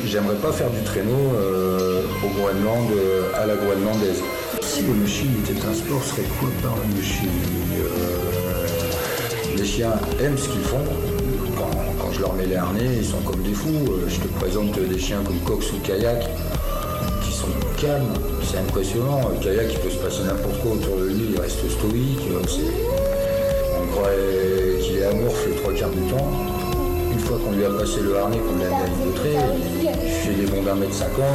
j'aimerais pas faire du traîneau au Groenland, à la groenlandaise. Si le mushi était un sport, ce serait quoi par le mushi? Les chiens aiment ce qu'ils font. Quand je leur mets les harnais, ils sont comme des fous. Je te présente des chiens comme Cox ou Kayak qui sont calmes. C'est impressionnant. Le Kayak, il peut se passer n'importe quoi autour de lui, il reste stoïque. On croirait qu'il est amorphe les 3 quarts du temps. Une fois qu'on lui a passé le harnais, qu'on l'a ligoté, il fait des bonds d'1m50.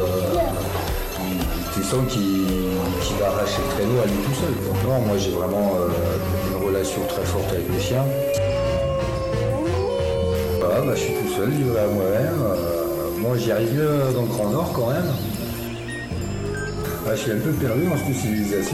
Tu sens qu'il va arracher le traîneau à lui tout seul. Non, moi j'ai vraiment une relation très forte avec les chiens. Je suis tout seul, livré à moi-même. Moi j'y arrive mieux dans le Grand Nord quand même. Je suis un peu perdu dans cette civilisation.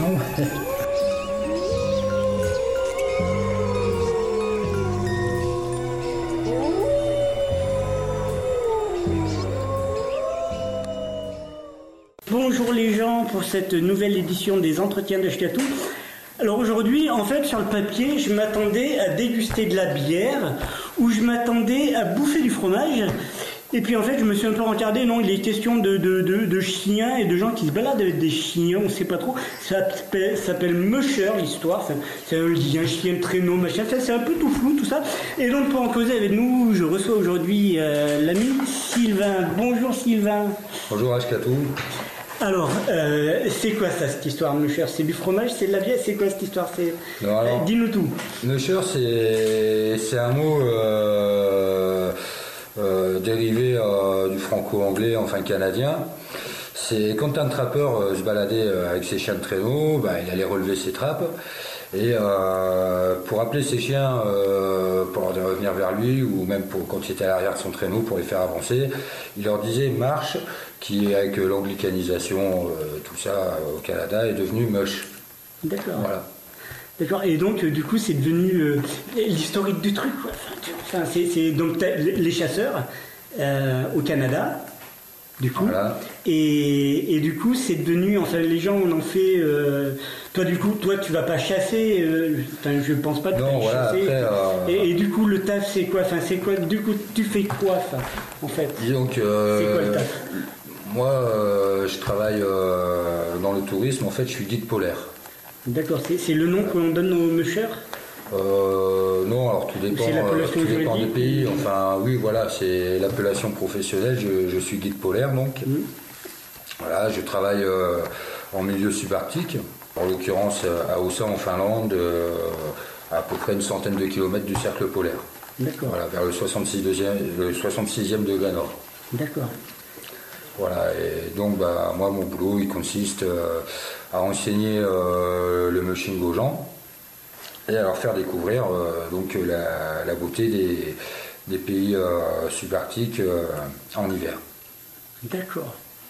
Bonjour les gens pour cette nouvelle édition des Entretiens d'Ashkatou. Alors aujourd'hui, en fait, sur le papier, je m'attendais à déguster de la bière ou je m'attendais à bouffer du fromage. Et puis en fait, je me suis un peu retardé. Non, il est question de chiens et de gens qui se baladent avec des chiens, on ne sait pas trop. Ça s'appelle Musher, l'histoire. C'est un chien de traîneau, machin. C'est un peu tout flou, tout ça. Et donc, pour en causer avec nous, je reçois aujourd'hui l'ami Sylvain. Bonjour Sylvain. Bonjour Ashkatou. Alors, c'est quoi ça, cette histoire, Musher? C'est du fromage, c'est de la bière, c'est quoi cette histoire? Dis-nous tout. Musher, c'est un mot dérivé du franco-anglais, enfin canadien. C'est quand un trappeur se baladait avec ses chiens de traîneau, il allait relever ses trappes. Et pour appeler ses chiens pour leur revenir vers lui, ou même quand il était à l'arrière de son traîneau pour les faire avancer, il leur disait marche, qui avec l'anglicanisation, tout ça au Canada, est devenu mush. D'accord. Voilà. D'accord. Et donc du coup c'est devenu l'historique du truc, quoi. C'est donc les chasseurs au Canada. Du coup, voilà. Et du coup, c'est devenu, enfin, les gens on en fait. Toi, tu vas pas chasser. Je pense pas que tu vas chasser. Après, et du coup, le taf, c'est quoi? Enfin, c'est quoi? Du coup, tu fais quoi, en fait? Disons que c'est quoi le taf? Moi, je travaille dans le tourisme. En fait, je suis guide polaire. D'accord. C'est le nom qu'on donne aux mushers? Non, alors tout dépend des pays. Enfin, oui, voilà, c'est l'appellation professionnelle. Je suis guide polaire, donc. Voilà, je travaille en milieu subarctique, en l'occurrence à Ossa en Finlande, à peu près une centaine de kilomètres du cercle polaire. D'accord. Voilà, vers le 66e degré nord. D'accord. Voilà, et donc moi, mon boulot, il consiste à enseigner le mushing aux gens. Et à leur faire découvrir donc la beauté des pays subarctiques en hiver. D'accord.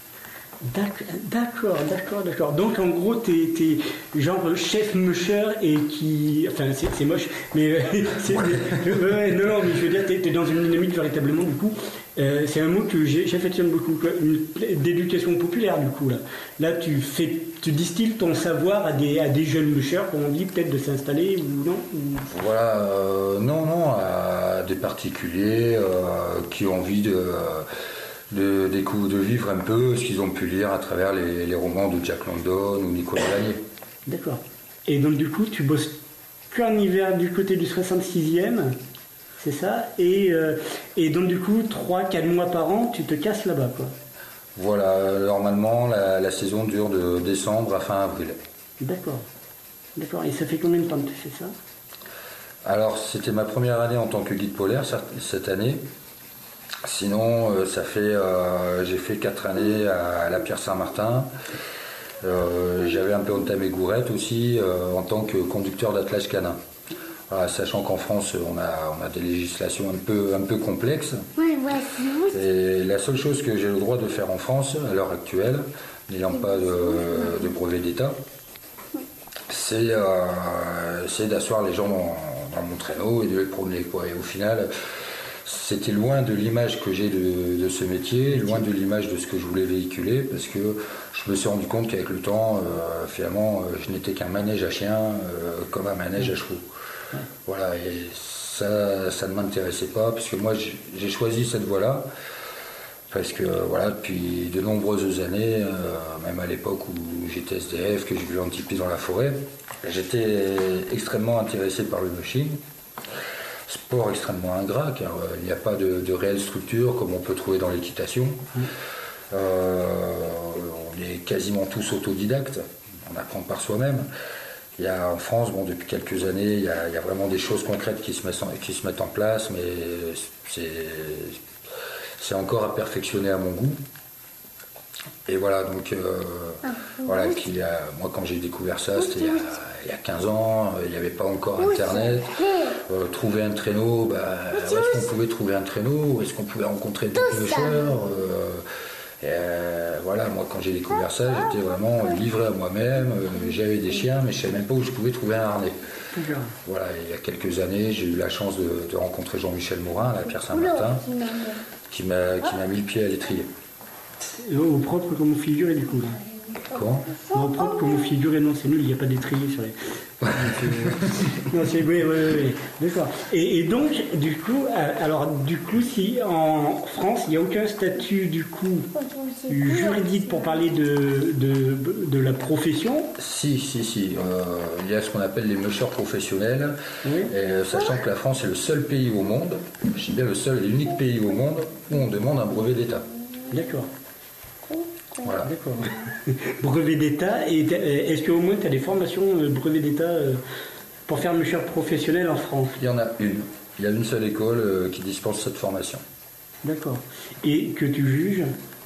Donc en gros, t'es genre chef musher et qui... Enfin, c'est moche, mais... non, mais je veux dire, t'es dans une dynamique véritablement, du coup. C'est un mot que j'affectionne beaucoup, d'éducation populaire, du coup. Là, tu distilles ton savoir à des jeunes mushers, comme on dit, peut-être de s'installer ou non Voilà, non, à des particuliers qui ont envie de vivre un peu ce qu'ils ont pu lire à travers les romans de Jack London ou Nicolas Lanier. D'accord. Et donc du coup, tu bosses qu'en hiver du côté du 66e, c'est ça? Et donc du coup, 3-4 mois par an, tu te casses là-bas, quoi. Voilà, normalement, la saison dure de décembre à fin avril. D'accord. Et ça fait combien de temps que tu fais ça? Alors, c'était ma première année en tant que guide polaire cette année. Sinon, j'ai fait 4 années à la Pierre Saint-Martin. J'avais un peu entamé Gourette aussi en tant que conducteur d'attelage canin. Voilà, sachant qu'en France, on a des législations un peu complexes. Et la seule chose que j'ai le droit de faire en France, à l'heure actuelle, n'ayant pas de brevet d'État, c'est d'asseoir les gens dans mon traîneau et de les promener, quoi. Et au final, c'était loin de l'image que j'ai de ce métier, loin de l'image de ce que je voulais véhiculer, parce que je me suis rendu compte qu'avec le temps, finalement, je n'étais qu'un manège à chiens, comme un manège à chevaux. Voilà, et ça ne m'intéressait pas, parce que moi, j'ai choisi cette voie-là, Presque, voilà, depuis de nombreuses années, même à l'époque où j'étais SDF, que je vivais en tipi dans la forêt, j'étais extrêmement intéressé par le mushing. Sport extrêmement ingrat, car il n'y a pas de réelle structure comme on peut trouver dans l'équitation. On est quasiment tous autodidactes, on apprend par soi-même. Il y a en France, bon, depuis quelques années, il y a vraiment des choses concrètes qui se mettent en place, mais c'est encore à perfectionner à mon goût. Et voilà, donc, voilà, moi quand j'ai découvert ça, c'était il y a 15 ans, il n'y avait pas encore Internet. Trouver un traîneau, où est-ce qu'on pouvait trouver un traîneau, où est-ce qu'on pouvait rencontrer des pêcheurs. Voilà, moi quand j'ai découvert ça, j'étais vraiment livré à moi-même. J'avais des chiens, mais je ne savais même pas où je pouvais trouver un harnais. Voilà, il y a quelques années, j'ai eu la chance de rencontrer Jean-Michel Morin à la Pierre Saint-Martin, qui m'a mis le pied à l'étrier. Au propre comme au figuré du coup. Comment ? Au propre comme au figuré, non, c'est nul, il n'y a pas d'étrier sur les. Non, c'est oui, d'accord. Et donc, du coup, si en France, il n'y a aucun statut du coup juridique pour parler de la profession. Si. Il y a ce qu'on appelle les mushers professionnels, oui. Sachant que la France est le seul pays au monde, je dis bien le seul et l'unique pays au monde où on demande un brevet d'État. D'accord. Voilà. D'accord. Brevet d'État, et est-ce qu'au moins tu as des formations brevet d'État pour faire musher professionnel en France? Il y en a une. Il y a une seule école qui dispense cette formation. D'accord. Et que tu juges?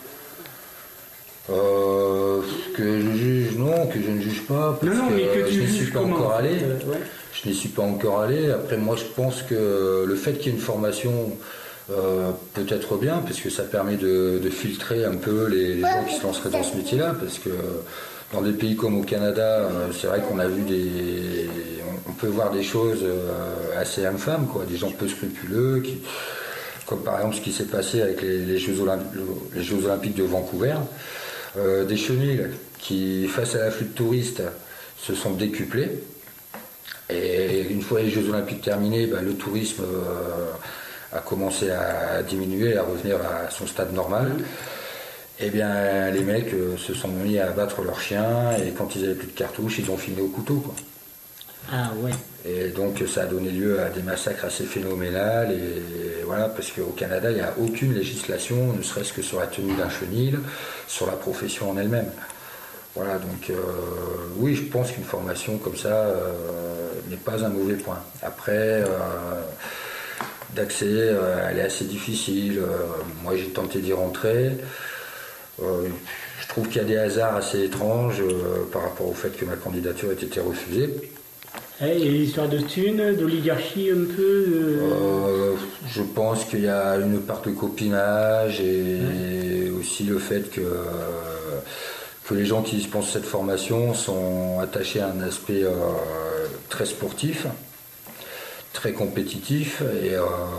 Que je juge, non, que je ne juge pas, parce que je n'y suis pas encore allé. Ouais. Je n'y suis pas encore allé. Après, moi, je pense que le fait qu'il y ait une formation peut être bien, parce que ça permet de filtrer un peu les gens qui se lanceraient dans ce métier-là, parce que dans des pays comme au Canada, c'est vrai qu'on a vu on peut voir des choses assez infâmes, quoi, des gens peu scrupuleux, comme par exemple ce qui s'est passé avec les Jeux Olympiques de Vancouver, des chenilles qui, face à l'afflux de touristes, se sont décuplés. Et une fois les Jeux Olympiques terminés, le tourisme a commencé à diminuer, à revenir à son stade normal. Et bien les mecs se sont mis à abattre leurs chiens, et quand ils n'avaient plus de cartouches, ils ont filé au couteau, quoi. Ah ouais. Et donc ça a donné lieu à des massacres assez phénoménales, et voilà, parce qu'au Canada, il n'y a aucune législation, ne serait-ce que sur la tenue d'un chenil, sur la profession en elle-même. Voilà, donc oui, je pense qu'une formation comme ça n'est pas un mauvais point. Après, d'accès, elle est assez difficile. Moi, j'ai tenté d'y rentrer. Je trouve qu'il y a des hasards assez étranges par rapport au fait que ma candidature ait été refusée. Et l'histoire de thunes, d'oligarchie un peu Je pense qu'il y a une part de copinage, et aussi le fait que les gens qui dispensent cette formation sont attachés à un aspect très sportif, très compétitif, et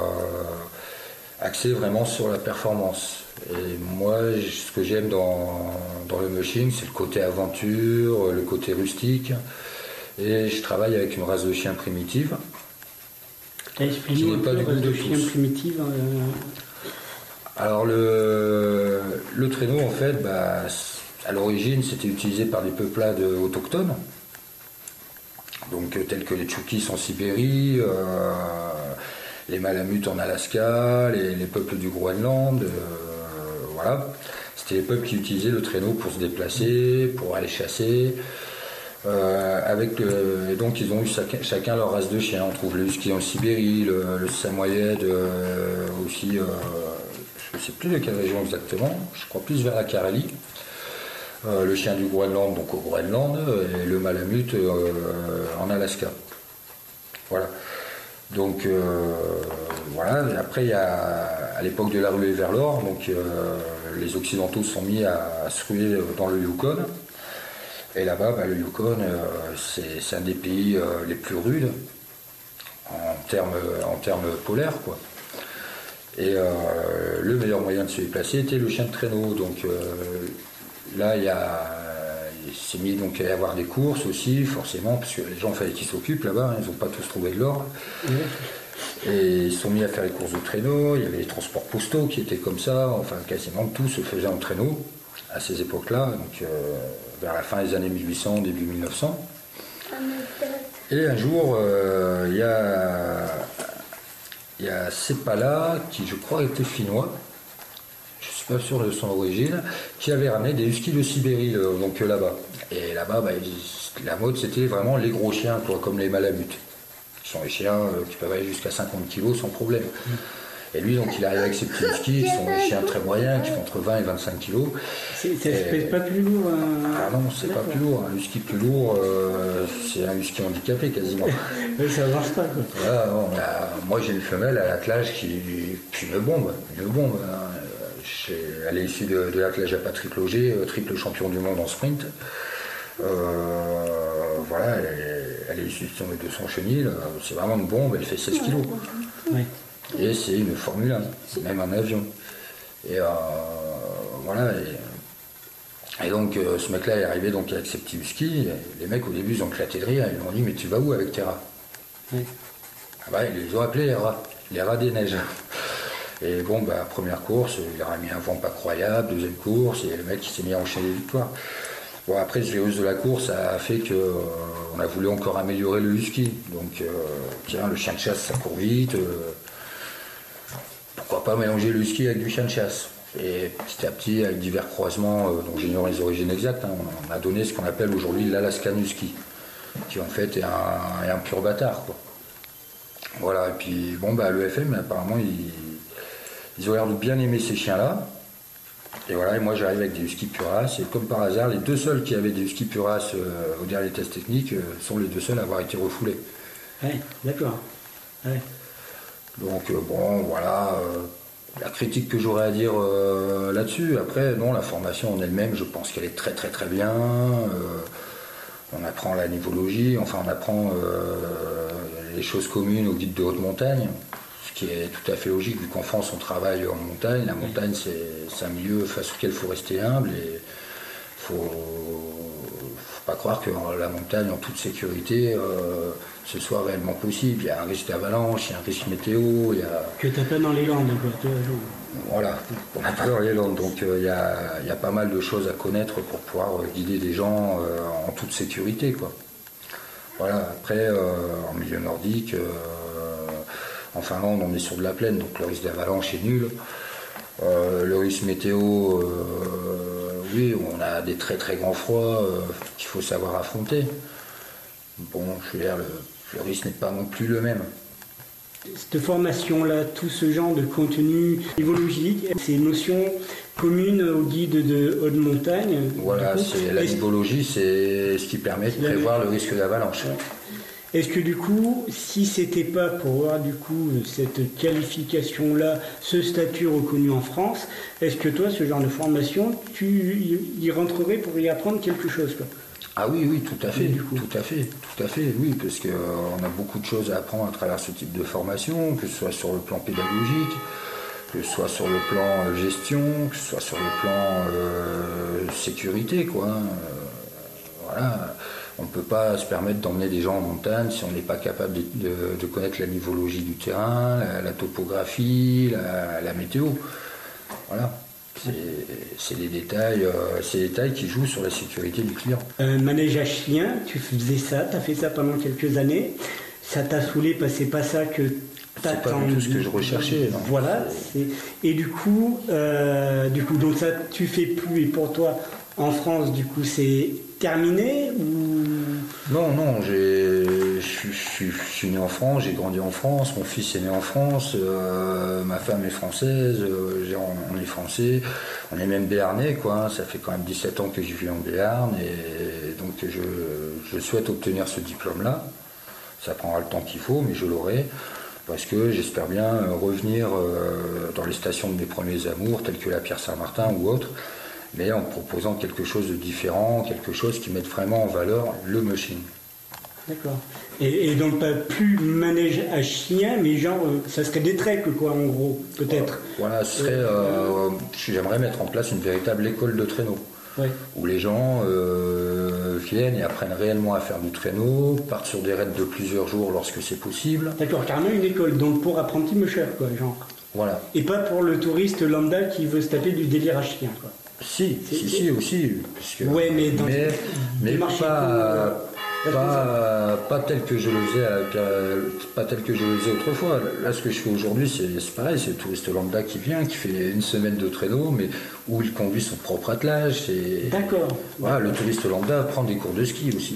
axé vraiment sur la performance. Et moi, ce que j'aime dans le mushing, c'est le côté aventure, le côté rustique. Et je travaille avec une race de chiens primitive. Explique-nous un peu la race de chiens primitive. Alors le traîneau, en fait, à l'origine, c'était utilisé par des peuplades autochtones, donc tels que les Tchoukis en Sibérie, les Malamutes en Alaska, les peuples du Groenland, voilà. C'était les peuples qui utilisaient le traîneau pour se déplacer, pour aller chasser. Et donc ils ont eu chacun leur race de chiens. On trouve le husky en Sibérie, le samoyed aussi, je ne sais plus de quelle région exactement, je crois plus vers la Carélie. Le chien du Groenland, donc au Groenland, et le malamute en Alaska. Voilà. Donc voilà. Et après, il y a, à l'époque de la ruée vers l'or, donc les Occidentaux se sont mis à se ruer dans le Yukon. Et là-bas, le Yukon, c'est un des pays les plus rudes en termes polaires, quoi. Et le meilleur moyen de se déplacer était le chien de traîneau. Donc là, il s'est mis donc à y avoir des courses aussi, forcément, parce que les gens, fallait qu'ils s'occupent là-bas, ils n'ont pas tous trouvé de l'or. Et ils se sont mis à faire les courses de traîneau, il y avait les transports postaux qui étaient comme ça, enfin quasiment tout se faisait en traîneau à ces époques-là, donc vers la fin des années 1800, début 1900. Et un jour, il y a Seppala, qui je crois était finnois, je ne suis pas sûr de son origine, qui avait ramené des huskies de Sibérie, donc là-bas. Et là-bas, la mode c'était vraiment les gros chiens, quoi, comme les malamutes. Ce sont les chiens qui peuvent aller jusqu'à 50 kg sans problème. Et lui, donc, il arrive avec ses petits huskies, qui sont des chiens très moyens, qui font entre 20 et 25 kg. Ça ne pèse pas plus lourd Ah non, c'est pas plus lourd. Un husky plus lourd, c'est un husky handicapé quasiment. Oui, ça ne marche pas, quoi. Voilà, moi, j'ai une femelle à l'attelage qui me bombe. Elle est issue de l'attelage à Patrick Loger, triple champion du monde en sprint. Voilà, elle est issue de son chenil. C'est vraiment une bombe, elle fait 16 kg. Oui. Et c'est une Formule 1, même un avion. Et voilà. Et donc ce mec-là est arrivé donc avec ses petits huskies. Les mecs au début ils ont éclaté de rire. Ils lui ont dit mais tu vas où avec tes rats? Oui. Ah bah, ils les ont appelés les rats des neiges. Et bon, première course, il a mis un vent pas croyable. Deuxième course, et le mec il s'est mis à enchaîner les victoires. Bon, après, le virus de la course a fait qu'on a voulu encore améliorer le husky. Donc, tiens, le chien de chasse, ça court vite. Pourquoi pas mélanger le husky avec du chien de chasse? Et petit à petit, avec divers croisements dont j'ignore les origines exactes, on a donné ce qu'on appelle aujourd'hui l'Alaskan Husky, qui en fait est un pur bâtard, quoi. Voilà, et puis bon, l'EFM, apparemment, ils ont l'air de bien aimer ces chiens-là. Et voilà, et moi j'arrive avec des huskies pure race, et comme par hasard, les deux seuls qui avaient des huskies pure race au dernier test technique sont les deux seuls à avoir été refoulés. Oui, d'accord. Ouais. Donc bon, voilà, la critique que j'aurais à dire là-dessus. Après, non, la formation en elle-même, je pense qu'elle est très très très bien. On apprend la nivologie, enfin on apprend les choses communes au guide de haute montagne, ce qui est tout à fait logique vu qu'en France on travaille en montagne. La montagne c'est un milieu face auquel il faut rester humble et faut pas croire que la montagne en toute sécurité ce soit réellement possible. Il y a un risque d'avalanche, il y a un risque météo, il y a... Que t'as pas dans les Landes, quoi. Voilà, on n'a pas dans les Landes, donc il y a pas mal de choses à connaître pour pouvoir guider des gens en toute sécurité, quoi. Voilà, après, en milieu nordique, en Finlande, on est sur de la plaine, donc le risque d'avalanche est nul. Le risque météo, oui, on a des très très grands froids qu'il faut savoir affronter. Bon, je veux dire, le risque n'est pas non plus le même. Cette formation-là, tout ce genre de contenu nivologique, ces notions communes au guide de haute montagne. Voilà, la nivologie, c'est ce qui permet de prévoir le risque d'avalanche. Est-ce que du coup, si c'était pas pour avoir du coup cette qualification-là, ce statut reconnu en France, est-ce que toi, ce genre de formation, tu y rentrerais pour y apprendre quelque chose, quoi? Ah oui, tout à fait, tout à fait, oui, parce qu'on a beaucoup de choses à apprendre à travers ce type de formation, que ce soit sur le plan pédagogique, que ce soit sur le plan gestion, que ce soit sur le plan sécurité, quoi. Voilà, on ne peut pas se permettre d'emmener des gens en montagne si on n'est pas capable de connaître la nivologie du terrain, la topographie, la météo. Voilà. C'est des détails qui jouent sur la sécurité du client. Manège à chien, tu faisais ça, tu as fait ça pendant quelques années. Ça t'a saoulé, parce que c'est pas ça que c'est pas du tout ce que je recherchais. Non. Voilà. Et du coup, donc ça, tu fais plus. Et pour toi, en France, du coup, c'est terminé ou... Non, je suis né en France, j'ai grandi en France, mon fils est né en France, ma femme est française, on est français, on est même béarnais, quoi. Ça fait quand même 17 ans que je vis en Béarn, et donc je souhaite obtenir ce diplôme-là. Ça prendra le temps qu'il faut, mais je l'aurai, parce que j'espère bien revenir dans les stations de mes premiers amours, telles que la Pierre Saint-Martin ou autres, mais en proposant quelque chose de différent, quelque chose qui mette vraiment en valeur le mushing. D'accord. Et donc pas plus manège à chien, mais genre ça serait des treks, quoi, en gros, peut-être. Voilà, ce serait, j'aimerais mettre en place une véritable école de traîneau. où les gens viennent et apprennent réellement à faire du traîneau, partent sur des raids de plusieurs jours lorsque c'est possible. D'accord, carrément une école, donc pour apprenti musher, quoi, genre. Voilà. Et pas pour le touriste lambda qui veut se taper du délire à chien, quoi. Si aussi. Parce que, ouais, mais dans mais pas tel que je le faisais autrefois. Là, ce que je fais aujourd'hui, c'est pareil, c'est le touriste lambda qui vient, qui fait une semaine de traîneau, mais où il conduit son propre attelage. D'accord. Voilà, le touriste lambda prend des cours de ski aussi.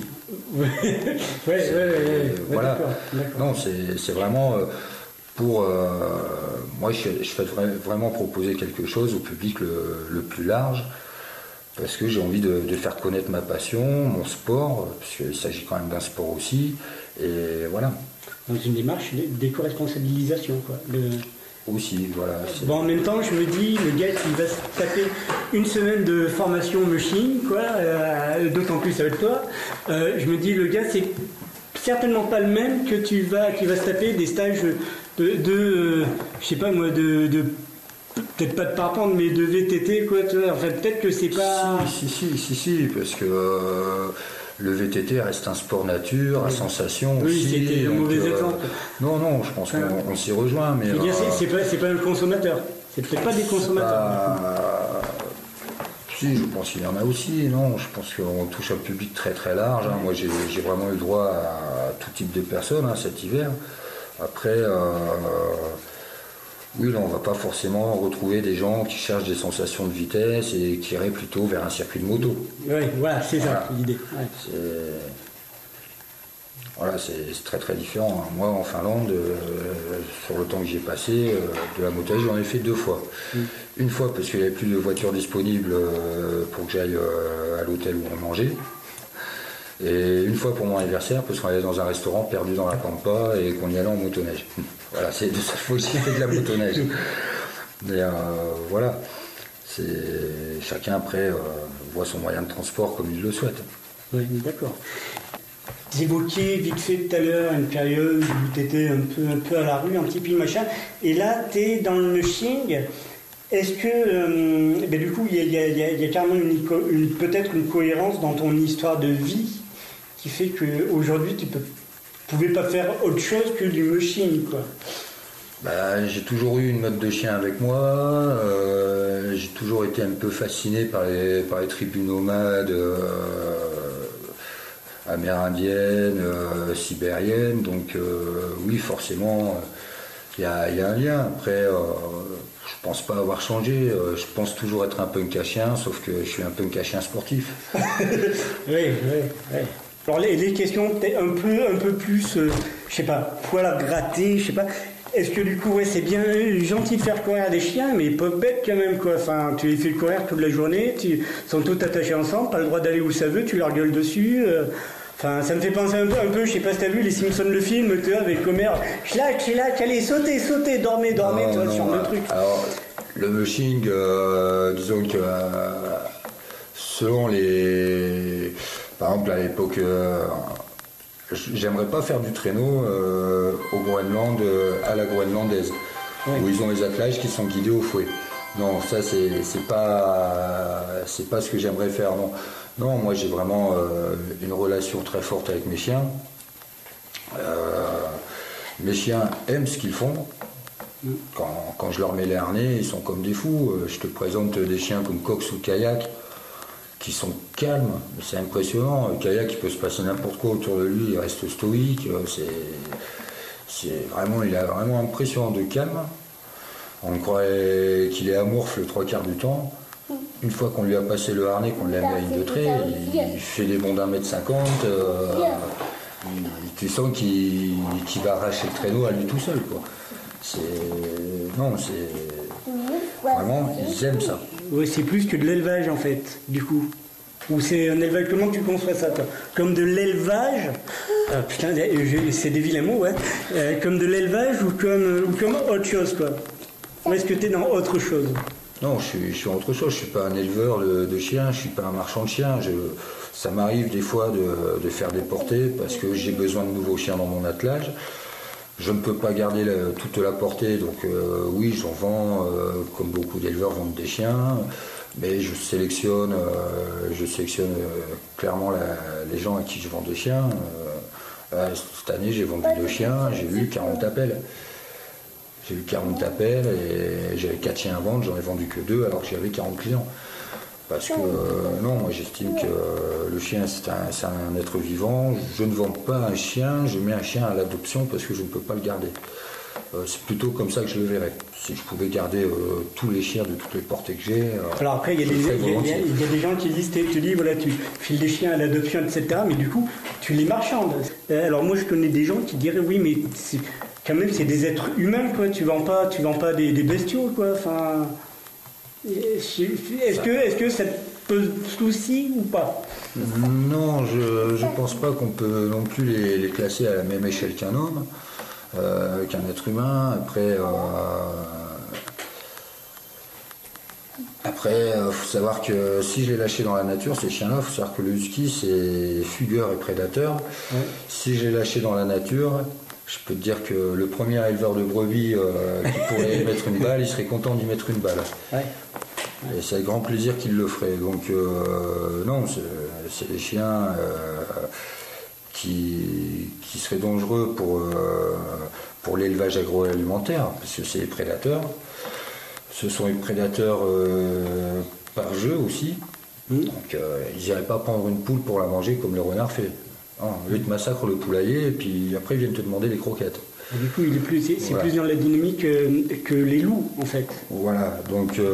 Voilà. D'accord. Non, c'est vraiment pour. Moi, je fais vraiment proposer quelque chose au public le plus large. Parce que j'ai envie de faire connaître ma passion, mon sport, parce qu'il s'agit quand même d'un sport aussi, et voilà. Dans une démarche d'éco-responsabilisation, quoi. Aussi, voilà. Bon, en même temps, je me dis, le gars qui va se taper une semaine de formation machine, quoi, d'autant plus avec toi, je me dis, le gars, c'est certainement pas le même que qui va se taper des stages je sais pas moi, peut-être pas de parapente, mais de VTT, quoi, tu vois. Enfin, peut-être que c'est pas... Si, parce que le VTT reste un sport nature, à sensation oui, aussi. Oui, c'était un mauvais exemple. Non, je pense qu'on s'y rejoint, mais... Je veux dire, c'est pas un consommateur. C'est peut-être pas des consommateurs. Si, je pense qu'il y en a aussi, non. Je pense qu'on touche un public très très large. Hein. Moi, j'ai vraiment eu le droit à tout type de personnes cet hiver. Après... Oui, là, on ne va pas forcément retrouver des gens qui cherchent des sensations de vitesse et qui iraient plutôt vers un circuit de moto. Oui, voilà, c'est ça l'idée. Ouais. C'est très très différent. Moi, en Finlande, sur le temps que j'ai passé, de la motoneige, j'en ai fait 2 fois. Une fois parce qu'il n'y avait plus de voitures disponibles pour que j'aille à l'hôtel où on mangeait. Et une fois pour mon anniversaire, parce qu'on allait dans un restaurant perdu dans la pampa et qu'on y allait en motoneige. Voilà, c'est de cette fois aussi fait de la motoneige. Mais voilà, chacun après voit son moyen de transport comme il le souhaite. Oui, d'accord. Vous évoquiez vite fait tout à l'heure une période où tu étais un peu à la rue, un petit peu machin, et là tu es dans le mushing. Est-ce que, du coup, il y a carrément peut-être une cohérence dans ton histoire de vie qui fait qu'aujourd'hui, tu pouvais pas faire autre chose que du mushing, quoi. J'ai toujours eu une meute de chien avec moi. J'ai toujours été un peu fasciné par les tribus nomades amérindiennes, sibériennes. Donc, oui, forcément, il y a un lien. Après... je pense pas avoir changé, je pense toujours être un punk à chien, sauf que je suis un punk à chien sportif. Oui. Alors les questions peut-être un peu plus, je sais pas, poil à gratter, je sais pas. Est-ce que du coup, c'est bien gentil de faire courir des chiens, mais pas bête quand même, quoi. Enfin, tu les fais courir toute la journée, ils sont tous attachés ensemble, pas le droit d'aller où ça veut, tu leur gueules dessus. Enfin, ça me fait penser un peu, je sais pas si t'as vu les Simpsons le film, tu vois, avec Homer, schlac, allez, sautez, dormez, tu vois, sur le truc. Alors, le mushing, disons que selon les... Par exemple, à l'époque, j'aimerais pas faire du traîneau au Groenland, à la groenlandaise, où ils ont les attelages qui sont guidés au fouet. Non, ça, c'est pas ce que j'aimerais faire, non. Non, moi j'ai vraiment une relation très forte avec mes chiens. Mes chiens aiment ce qu'ils font. Quand je leur mets les harnais, ils sont comme des fous. Je te présente des chiens comme Cox ou Kayak qui sont calmes. C'est impressionnant. Kayak, il peut se passer n'importe quoi autour de lui, il reste stoïque. Il a vraiment impressionnant de calme. On croirait qu'il est amorphe le 3/4 du temps. Une fois qu'on lui a passé le harnais, qu'on l'a mis à ligne de trait, il fait des bonds d'1,50 m. Tu sens qu'il va arracher le traîneau à lui tout seul, quoi. Vraiment, ils aiment ça. Oui, c'est plus que de l'élevage en fait, du coup. Ou c'est un élevage, comment tu conçois ça, toi? Comme de l'élevage, putain, c'est des vilains mots, ouais. Comme de l'élevage ou comme autre chose, quoi. Ou est-ce que tu es dans autre chose? Non, je suis autre chose. Je suis pas un éleveur de chiens, je suis pas un marchand de chiens. Ça m'arrive des fois de faire des portées parce que j'ai besoin de nouveaux chiens dans mon attelage. Je ne peux pas garder toute la portée, donc oui, j'en vends, comme beaucoup d'éleveurs vendent des chiens. Mais je sélectionne clairement les gens à qui je vends des chiens. Cette année, j'ai vendu 2 chiens, j'ai eu 40 appels. J'ai eu 40 appels et j'avais 4 chiens à vendre, j'en ai vendu que 2 alors que j'avais 40 clients. Parce que non, moi j'estime que le chien c'est un être vivant. Je ne vends pas un chien, je mets un chien à l'adoption parce que je ne peux pas le garder. C'est plutôt comme ça que je le verrais. Si je pouvais garder tous les chiens de toutes les portées que j'ai. Alors après, il y a des gens qui disent, tu dis, voilà, tu files des chiens à l'adoption, etc. Mais du coup, tu les marchandes. Alors moi, je connais des gens qui diraient, oui, mais quand même, c'est des êtres humains, quoi. Tu vends pas des bestiaux, quoi. Enfin, est-ce que ça te pose souci ou pas? Non, je pense pas qu'on peut non plus les classer à la même échelle qu'un homme. Qu'un être humain. Après, faut savoir que si je les lâchais dans la nature, ces chiens-là, faut savoir que le husky c'est fugueur et prédateur. Ouais. Si je les lâchais dans la nature, je peux te dire que le premier éleveur de brebis qui pourrait mettre une balle, il serait content d'y mettre une balle. Ouais. Et c'est avec grand plaisir qu'il le ferait. Donc non, c'est des chiens qui serait dangereux pour l'élevage agroalimentaire, parce que c'est des prédateurs. Ce sont des prédateurs par jeu aussi. Donc ils n'iraient pas prendre une poule pour la manger comme le renard fait. Non, eux, ils te massacrent le poulailler et puis après ils viennent te demander les croquettes. Et du coup, c'est voilà. Plus dans la dynamique que les loups en fait. Voilà, donc je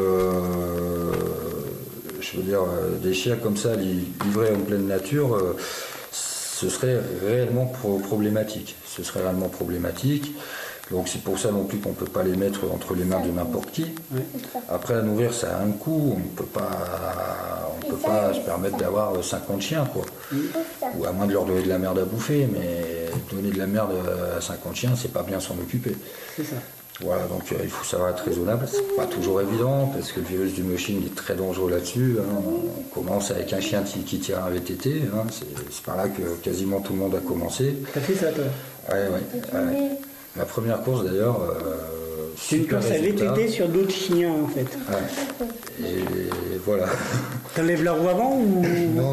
veux dire, des chiens comme ça livrés en pleine nature, ce serait réellement problématique. Donc c'est pour ça non plus qu'on ne peut pas les mettre entre les mains de n'importe qui. Oui. Après, à nourrir, ça a un coût. On ne peut pas se permettre d'avoir 50 chiens, quoi. Ou à moins de leur donner de la merde à bouffer, mais donner de la merde à 50 chiens, c'est pas bien s'en occuper. C'est ça. Voilà, donc il faut savoir être raisonnable. C'est pas toujours évident, parce que le virus du mushing est très dangereux là-dessus. Hein. On commence avec un chien qui tire un VTT. Hein. C'est par là que quasiment tout le monde a commencé. T'as fait ça, toi? Ouais. Ma première course d'ailleurs. C'est une course à VTT sur d'autres chiens en fait. Ouais. Et voilà. T'enlèves la roue avant ou?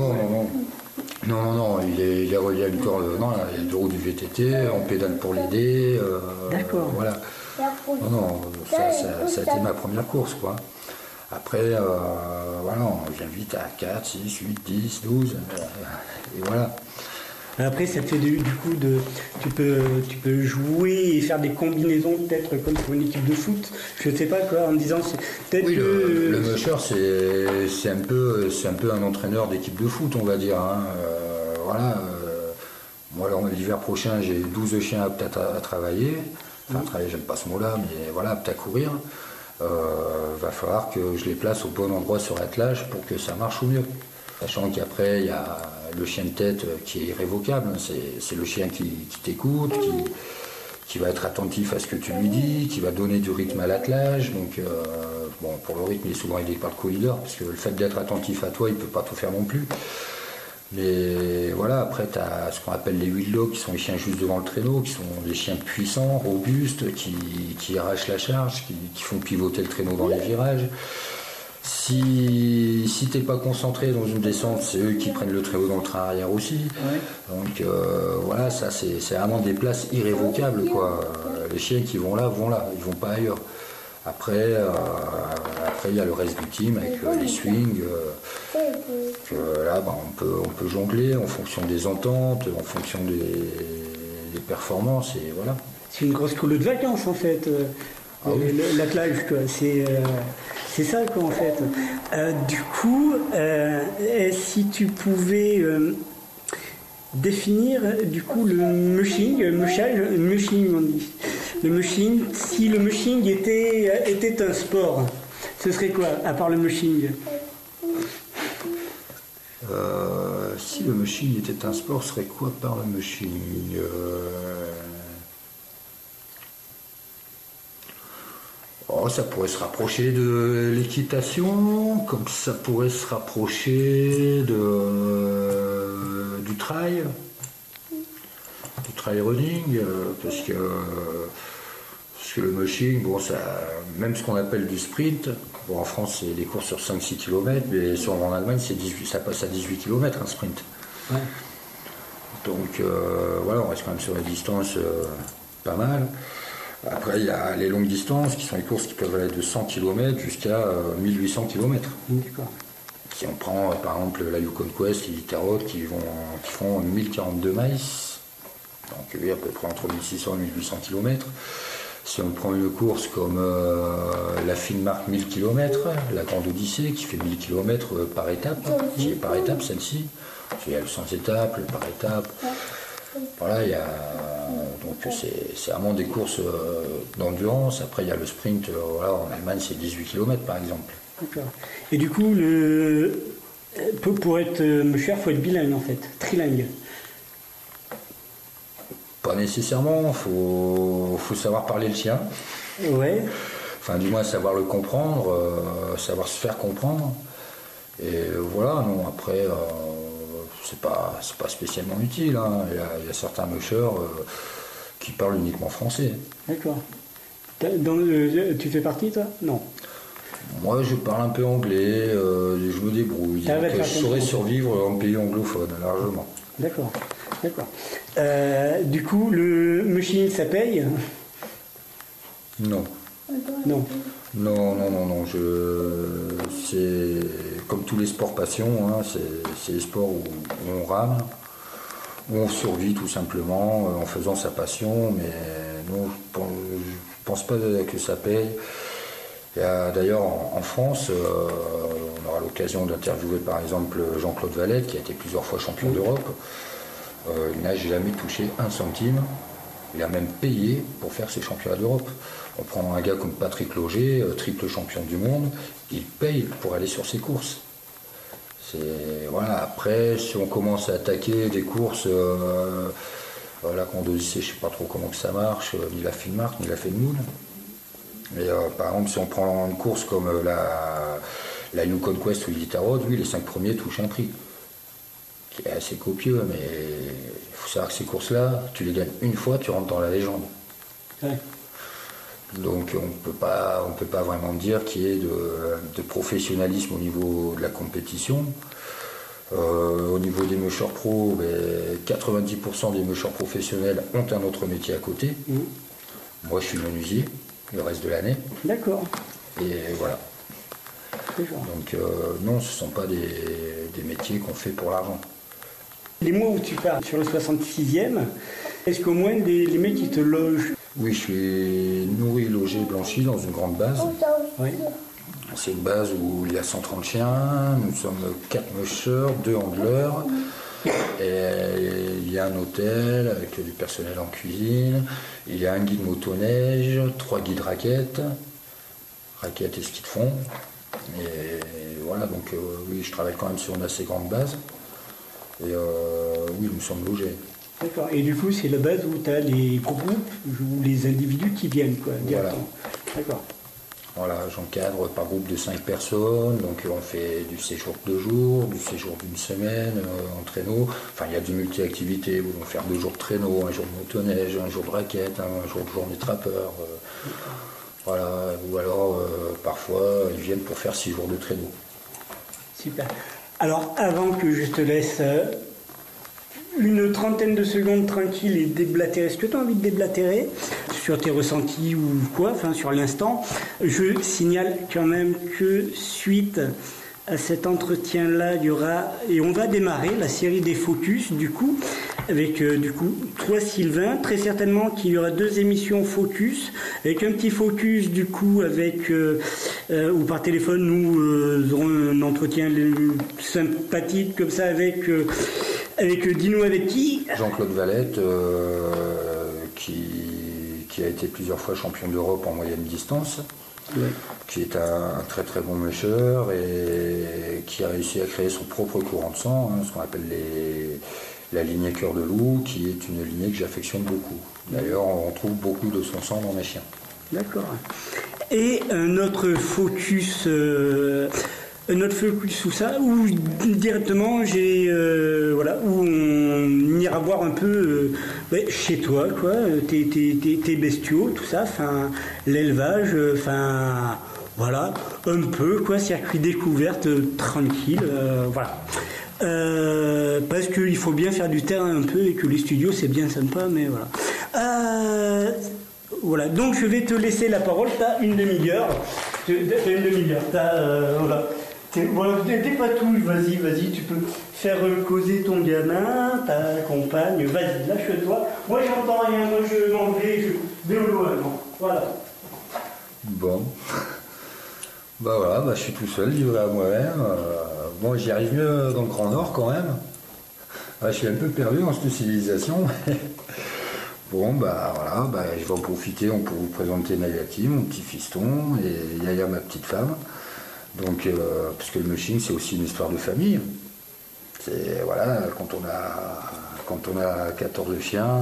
Non, il est relié à une corde. Non, il y a deux roues du VTT, on pédale pour l'aider. D'accord. Voilà. Non, ça a été ma première course, quoi. Après, voilà, on vient vite à 4, 6, 8, 10, 12, et voilà. Après, ça te fait du coup tu peux jouer et faire des combinaisons peut-être comme pour une équipe de foot. Je sais pas quoi, en me disant peut-être oui, le musher c'est un peu un entraîneur d'équipe de foot, on va dire. Hein. Voilà. Moi, l'hiver prochain, j'ai 12 chiens aptes à travailler. Enfin, travailler, j'aime pas ce mot-là, mais voilà, aptes à courir. Va falloir que je les place au bon endroit sur l'attelage pour que ça marche au mieux. Sachant qu'après, il y a le chien de tête qui est irrévocable. C'est le chien qui t'écoute, qui va être attentif à ce que tu lui dis, qui va donner du rythme à l'attelage. Donc, bon, pour le rythme, il est souvent aidé par le co-leader, parce que le fait d'être attentif à toi, il ne peut pas tout faire non plus. Mais voilà, après, tu as ce qu'on appelle les wheel dogs, qui sont les chiens juste devant le traîneau, qui sont des chiens puissants, robustes, qui arrachent la charge, qui font pivoter le traîneau dans les virages. Si t'es pas concentré dans une descente, c'est eux qui prennent le traîneau dans le train arrière aussi. Ouais. Donc voilà, ça c'est vraiment des places irrévocables, quoi. Les chiens qui vont là, ils vont pas ailleurs. Après il y a le reste du team avec les swings. Là, on peut jongler en fonction des ententes, en fonction des performances, et voilà. C'est une grosse colonie de vacances en fait. L'attelage, quoi. C'est ça, quoi, en fait. Du coup, si tu pouvais définir, du coup, le mushing, on dit. Le mushing, si le mushing était un sport, ce serait quoi, à part le mushing? Si le mushing était un sport, ce serait quoi par le mushing? Ça pourrait se rapprocher de l'équitation, comme ça pourrait se rapprocher du trail running, parce que le mushing, bon, ça, même ce qu'on appelle du sprint, Bon, en France, c'est des courses sur 5-6 km, mais en Allemagne, ça passe à 18 km un sprint. Ouais. Donc voilà, on reste quand même sur des distances pas mal. Après, il y a les longues distances, qui sont les courses qui peuvent aller de 100 km jusqu'à 1800 km. D'accord. Si on prend par exemple la Yukon Quest, les Itarod, qui font 1042 miles, donc oui, à peu près entre 1600 et 1800 km. Si on prend une course comme la Finnmark 1000 km, la Grande Odyssée, qui fait 1000 km par étape, qui est par étape celle-ci, il y a le sans étape, le par étape. Voilà, donc c'est vraiment des courses d'endurance. Après, il y a le sprint, voilà, en Allemagne, c'est 18 km par exemple. D'accord. Et du coup, pour être musher, il faut être bilingue en fait, trilingue. Pas nécessairement, faut savoir parler le sien. Ouais. Enfin, du moins savoir le comprendre, savoir se faire comprendre. Et voilà, non, après, c'est pas spécialement utile. Hein. Il y a certains mushers qui parlent uniquement français. D'accord. Tu fais partie, toi? Non. Moi, je parle un peu anglais, je me débrouille. Donc, je saurais survivre en pays anglophone, largement. D'accord. Du coup, le mushing, ça paye? Non. Non. Non. C'est comme tous les sports passion, hein, c'est les sports où on rame, où on survit tout simplement en faisant sa passion, mais non, je pense pas que ça paye. D'ailleurs, en France, on aura l'occasion d'interviewer par exemple Jean-Claude Valette, qui a été plusieurs fois champion d'Europe. Il n'a jamais touché un centime. Il a même payé pour faire ses championnats d'Europe. On prend un gars comme Patrick Loger, triple champion du monde, il paye pour aller sur ses courses. Voilà. Après, si on commence à attaquer des courses, la Grande Odyssée, je ne sais pas trop comment que ça marche, ni la Finnmark, ni la Fenmoon. Mais par exemple, si on prend une course comme la Yukon Quest ou l'Itarod, oui, les 5 premiers touchent un prix qui est assez copieux, mais il faut savoir que ces courses-là, tu les gagnes une fois, tu rentres dans la légende. Ouais. Donc on peut pas vraiment dire qu'il y ait de professionnalisme au niveau de la compétition. Au niveau des mushers pro, 90% des mushers professionnels ont un autre métier à côté. Moi, je suis menuisier le reste de l'année. D'accord. Et voilà. D'accord. Donc non, ce ne sont pas des métiers qu'on fait pour l'argent. Les mois où tu pars sur le 66e, est-ce qu'au moins les mecs qui te logent? Oui, je suis nourri, logé, blanchi dans une grande base. Oui. C'est une base où il y a 130 chiens, nous sommes 4 mushers, 2 handlers. Et il y a un hôtel avec du personnel en cuisine, il y a un guide motoneige, 3 guides raquettes et ski de fond. Et voilà, donc oui, je travaille quand même sur une assez grande base. Et oui, nous sommes logés. D'accord. Et du coup, c'est la base où tu as les groupes ou les individus qui viennent, quoi, directement. Voilà. D'accord. Voilà, j'encadre par groupe de 5 personnes, donc on fait du séjour de 2 jours, du séjour d'une semaine en traîneau. Enfin, il y a du multi-activités où on va faire 2 jours de traîneau, un jour de motoneige, un jour de raquette, un jour de journée trappeur. Voilà, ou alors parfois ils viennent pour faire 6 jours de traîneau. Super. Alors, avant que je te laisse une trentaine de secondes tranquille et déblatérer, est-ce que tu as envie de déblatérer sur tes ressentis ou quoi, enfin sur l'instant? Je signale quand même que suite à cet entretien-là, il y aura, et on va démarrer la série des focus, du coup, avec toi Sylvain, très certainement qu'il y aura 2 émissions focus, avec un petit focus du coup avec, ou par téléphone, nous aurons un entretien sympathique comme ça avec Dino, avec qui? Jean-Claude Valette, qui a été plusieurs fois champion d'Europe en moyenne distance. Ouais. Qui est un très très bon musher et qui a réussi à créer son propre courant de sang, ce qu'on appelle la lignée cœur de loup, qui est une lignée que j'affectionne beaucoup. D'ailleurs, on trouve beaucoup de son sang dans mes chiens. D'accord. Et un autre focus sous ça, où directement où on ira voir un peu chez toi, quoi, tes bestiaux, tout ça, enfin l'élevage, enfin Voilà, un peu, quoi, circuit découverte, tranquille, voilà. Parce qu'il faut bien faire du terrain un peu et que les studios c'est bien sympa, mais voilà. Voilà, donc je vais te laisser la parole, t'as une demi-heure. Voilà. Voilà, t'es pas tout, vas-y, tu peux faire causer ton gamin, ta compagne, vas-y, lâche-toi. Moi j'entends rien, moi je m'en vais, je vais au loin, voilà. Bon. Bah voilà, je suis tout seul, livré à moi-même. Bon, j'y arrive mieux dans le Grand Nord quand même. Je suis un peu perdu dans cette civilisation. Bon, voilà, je vais en profiter pour vous présenter Nayati, mon petit fiston, et Yaya, ma petite femme. Donc, parce que le mushing, c'est aussi une histoire de famille. C'est, voilà, quand on a 14 chiens,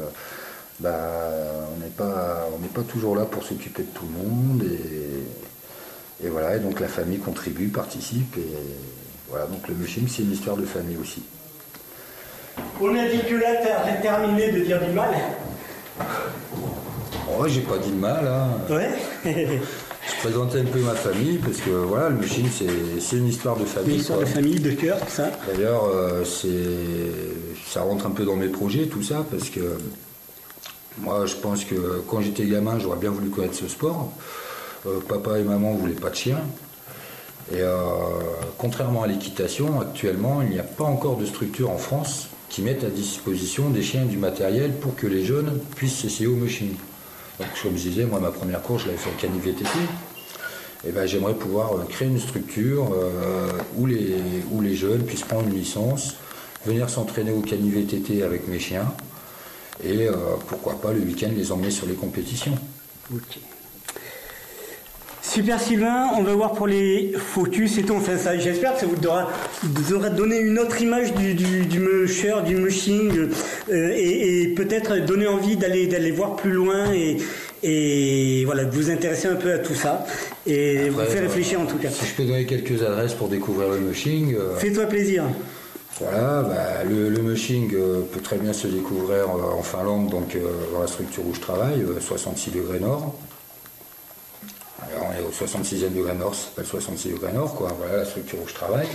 on n'est pas toujours là pour s'occuper de tout le monde. Et voilà, et donc la famille contribue, participe. Et voilà, donc le mushing, c'est une histoire de famille aussi. On a dit que là, t'as terminé de dire du mal. Oh, j'ai pas dit de mal, hein. Ouais. Je présentais un peu ma famille, parce que voilà, le mushing, c'est une histoire de famille. Une histoire de famille, de cœur, tout ça. D'ailleurs, ça rentre un peu dans mes projets, tout ça, parce que moi, je pense que quand j'étais gamin, j'aurais bien voulu connaître ce sport. Papa et maman ne voulaient pas de chien. Et contrairement à l'équitation, actuellement, il n'y a pas encore de structure en France qui mettent à disposition des chiens et du matériel pour que les jeunes puissent s'essayer au mushing. Donc, comme je disais, moi, ma première course, je l'avais fait au Cani VTT. Et j'aimerais pouvoir créer une structure où les jeunes puissent prendre une licence, venir s'entraîner au Cani VTT avec mes chiens, et pourquoi pas le week-end les emmener sur les compétitions. Ok. Super Sylvain, on va voir pour les focus et tout. Enfin, ça, j'espère que ça vous aura donné une autre image du musher, du mushing, et peut-être donner envie d'aller voir plus loin et voilà, de vous intéresser un peu à tout ça et vous faire réfléchir en tout cas. Si je peux donner quelques adresses pour découvrir le mushing. Fais-toi plaisir. Voilà, le mushing peut très bien se découvrir en Finlande, donc dans la structure où je travaille, 66 degrés nord. Alors, on est au 66e degré nord, ça s'appelle 66 degrés nord, quoi. Voilà la structure où je travaille.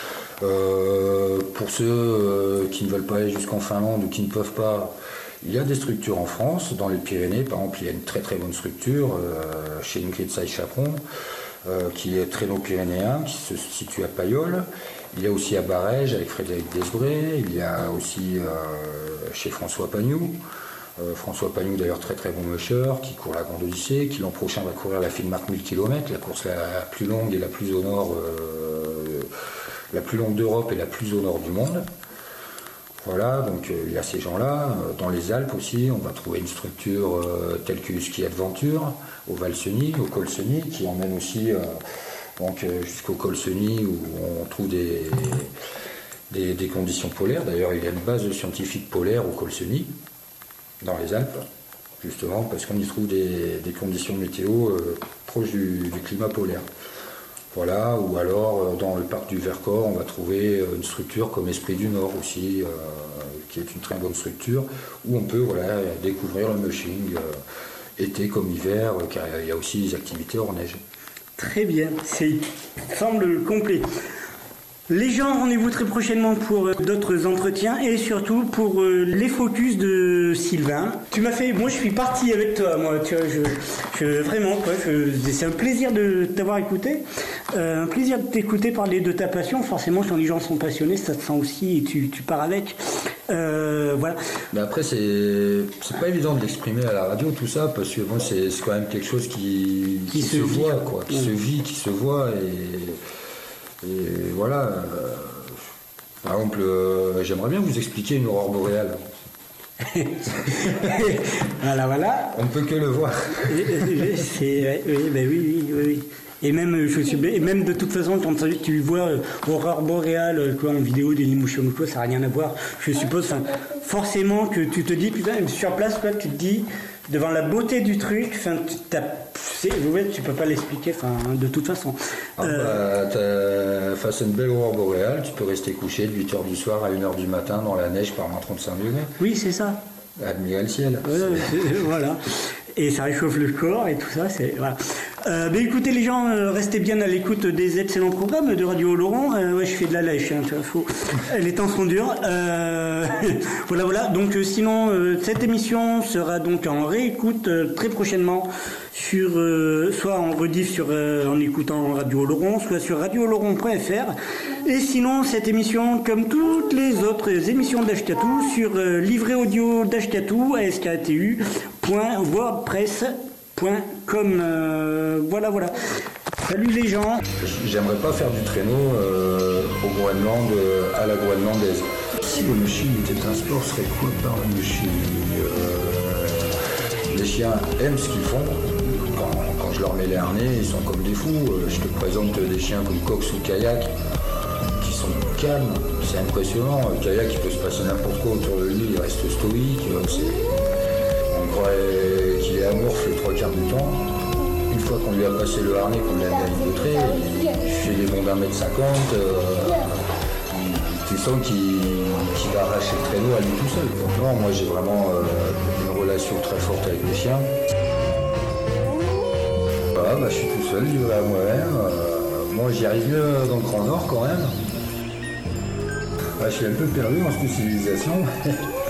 Pour ceux qui ne veulent pas aller jusqu'en Finlande ou qui ne peuvent pas, il y a des structures en France, dans les Pyrénées, par exemple, il y a une très très bonne structure chez Ingrid Saïs-Chaperon, qui est Traîneau-Pyrénéen, qui se situe à Payolle. Il y a aussi à Barège avec Frédéric Desbré, il y a aussi chez François Pagnou. François Pagnou, d'ailleurs très très bon musher, qui court la Grande Odyssée, qui l'an prochain va courir la Finnmark 1000 km, la course la plus longue et la plus au nord, la plus longue d'Europe et la plus au nord du monde. Voilà, donc il y a ces gens-là. Dans les Alpes aussi, on va trouver une structure telle que Ski Adventure, au Val-Seny, au col Seny, qui emmène aussi jusqu'au col Seny où on trouve des conditions polaires. D'ailleurs, il y a une base scientifique polaire au col Seny, dans les Alpes, justement parce qu'on y trouve des conditions météo proches du climat polaire. Voilà, ou alors dans le parc du Vercors, on va trouver une structure comme Esprit du Nord aussi, qui est une très bonne structure, où on peut découvrir le mushing été comme hiver, car il y a aussi des activités hors neige. Très bien, c'est semble complet. Les gens, rendez-vous très prochainement pour d'autres entretiens et surtout pour les focus de Sylvain. Tu m'as fait, moi je suis parti avec toi, moi, tu vois, vraiment, quoi, c'est un plaisir de t'avoir écouté, un plaisir de t'écouter parler de ta passion. Forcément, quand les gens sont passionnés, ça te sent aussi et tu pars avec. Voilà. Mais après, c'est pas évident de l'exprimer à la radio, tout ça, parce que bon, c'est quand même quelque chose qui se voit, quoi, qui se vit, qui se voit et voilà. Par exemple, j'aimerais bien vous expliquer une aurore boréale. Voilà. On ne peut que le voir. Oui. Et même, même de toute façon, quand tu vois aurore boréale en vidéo d'Dailymotion ou quoi, ça n'a rien à voir. Je suppose, forcément que tu te dis, putain, sur place, quoi, tu te dis, devant la beauté du truc, tu peux pas l'expliquer, de toute façon. Face à une belle aurore boréale, tu peux rester couché de 8h du soir à 1h du matin dans la neige par moins 35 degrés. Oui, c'est ça. Admirer le ciel. Voilà. Et ça réchauffe le corps et tout ça, c'est voilà. Écoutez les gens, restez bien à l'écoute des excellents programmes de Radio Oloron. Ouais, je fais de la lèche, hein, les temps sont durs. Voilà. Donc sinon, cette émission sera donc en réécoute très prochainement sur soit en rediff en écoutant Radio Oloron, soit sur radiooloron.fr. Et sinon, cette émission, comme toutes les autres émissions d'Ashkatou, sur livret audio d'Ashkatou, askatu.wordpress.com. Voilà. Salut les gens. J'aimerais pas faire du traîneau au Groenland, à la groenlandaise. Si le mushi était un sport, serait quoi par le mushi? Les chiens aiment ce qu'ils font. Quand je leur mets les harnais, ils sont comme des fous. Je te présente des chiens comme Cox ou Kayak qui sont calmes. C'est impressionnant. Kayak, il peut se passer n'importe quoi autour de lui, il reste stoïque. On croirait qu'il est amorphe les 3/4 du temps. Une fois qu'on lui a passé le harnais, qu'on l'a mis à ligoter, il fait des bonds d'1m50. Tu sens qu'il va arracher le traîneau à lui tout seul. Donc, non, moi j'ai vraiment une relation très forte avec les chiens. Voilà, je suis tout seul, livré à moi-même. Moi j'y arrive mieux dans le Grand Nord quand même. Je suis un peu perdu en spécialisation.